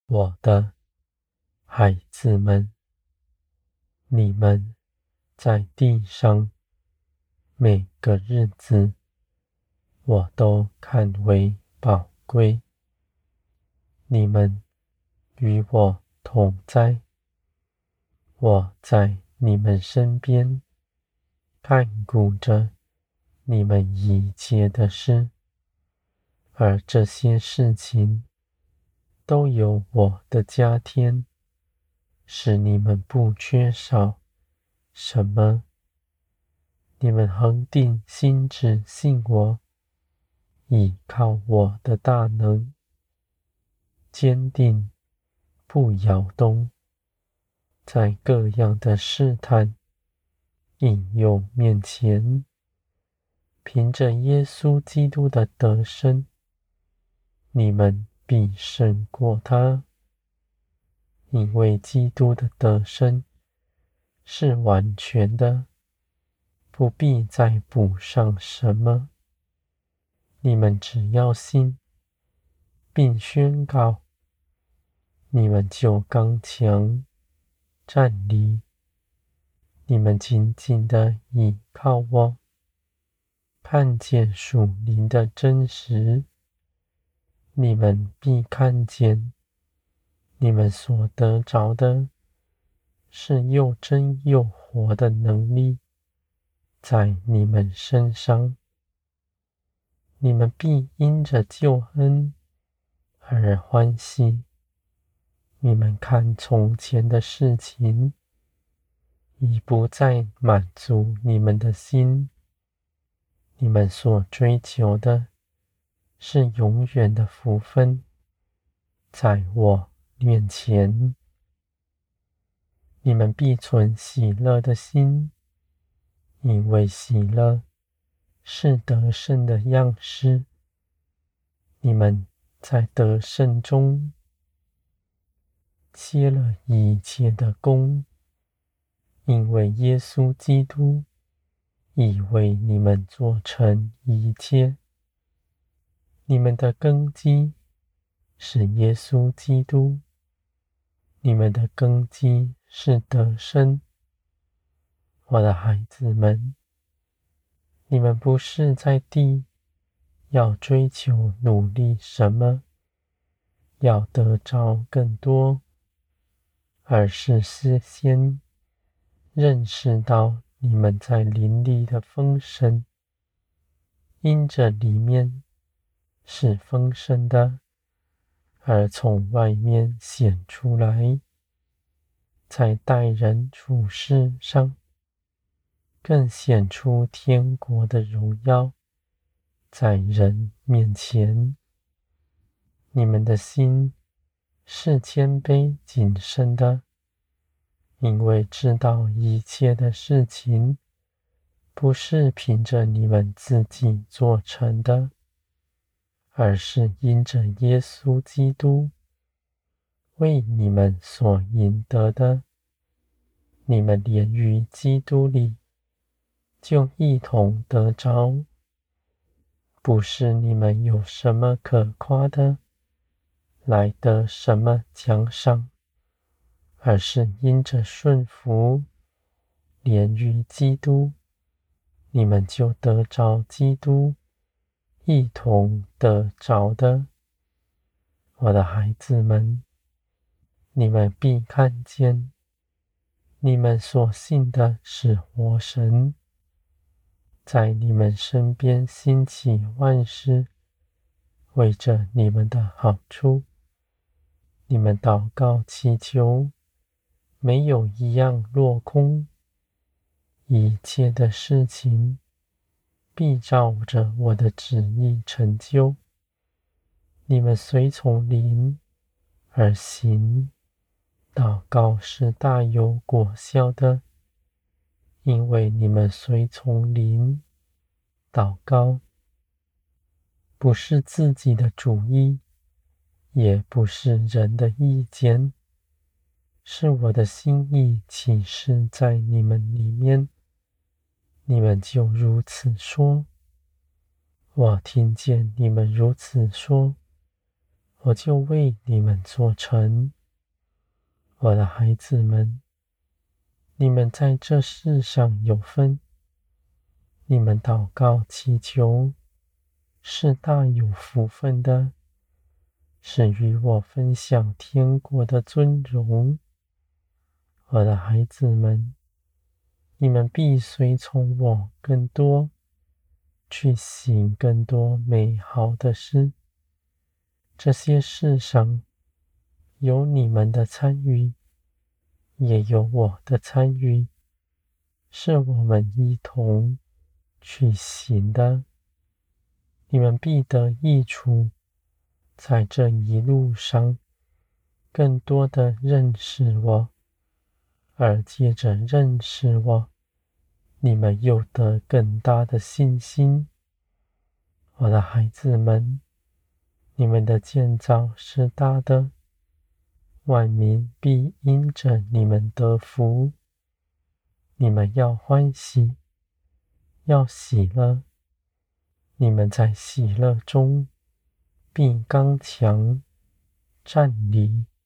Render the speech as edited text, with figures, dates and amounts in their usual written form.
我的孩子们，你们在地上每个日子，我都看为宝贵。你们与我同在，我在你们身边，看顾着你们一切的事，而这些事情都有我的加添，使你们不缺少什么。你们恒定心志信我，倚靠我的大能，坚定不摇动，在各样的试探引诱面前，凭着耶稣基督的得胜，你们必胜过他。因为基督的得胜是完全的，不必再补上什么。你们只要信，并宣告，你们就刚强站立。你们紧紧地倚靠我，看见属灵的真实，你们必看见，你们所得着的是又真又活的能力，在你们身上。你们必因着救恩而欢喜。你们看从前的事情，已不再满足你们的心。你们所追求的是永远的福分，在我面前。你们必存喜乐的心，因为喜乐是得胜的样式。你们在得胜中歇了一切的功，因为耶稣基督已为你们做成一切。你们的根基是耶稣基督，你们的根基是得胜。我的孩子们，你们不是在地要追求努力什么，要得着更多，而是事先认识到你们在灵里的丰盛，因着里面是丰盛的，而从外面显出来，在待人处事上更显出天国的荣耀，在人面前。你们的心是谦卑谨慎的，因为知道一切的事情不是凭着你们自己做成的，而是因着耶稣基督为你们所赢得的。你们连于基督里就一同得着，不是你们有什么可夸的，来得什么奖赏，而是因着顺服连于基督，你们就得着基督一同得着的。我的孩子们，你们必看见，你们所信的是活神，在你们身边兴起万事，为着你们的好处。你们祷告祈求，没有一样落空，一切的事情必照着我的旨意成就。你们随从灵而行，祷告是大有果效的，因为你们随从灵祷告，不是自己的主意，也不是人的意见，是我的心意启示在你们里面。你们就如此说，我听见你们如此说， 我就为你们做成。我的孩子们，你们在这世上有分，你们祷告祈求，是大有福分的，是与我分享天国的尊荣。我的孩子们，你们必随从我更多，去行更多美好的事。这些事上有你们的参与，也有我的参与，是我们一同去行的。你们必得益处，在这一路上更多的认识我，而接着认识我，你们又得更大的信心。我的孩子们，你们的建造是大的，万民必因着你们得福。你们要欢喜，要喜乐，你们在喜乐中必刚强站立。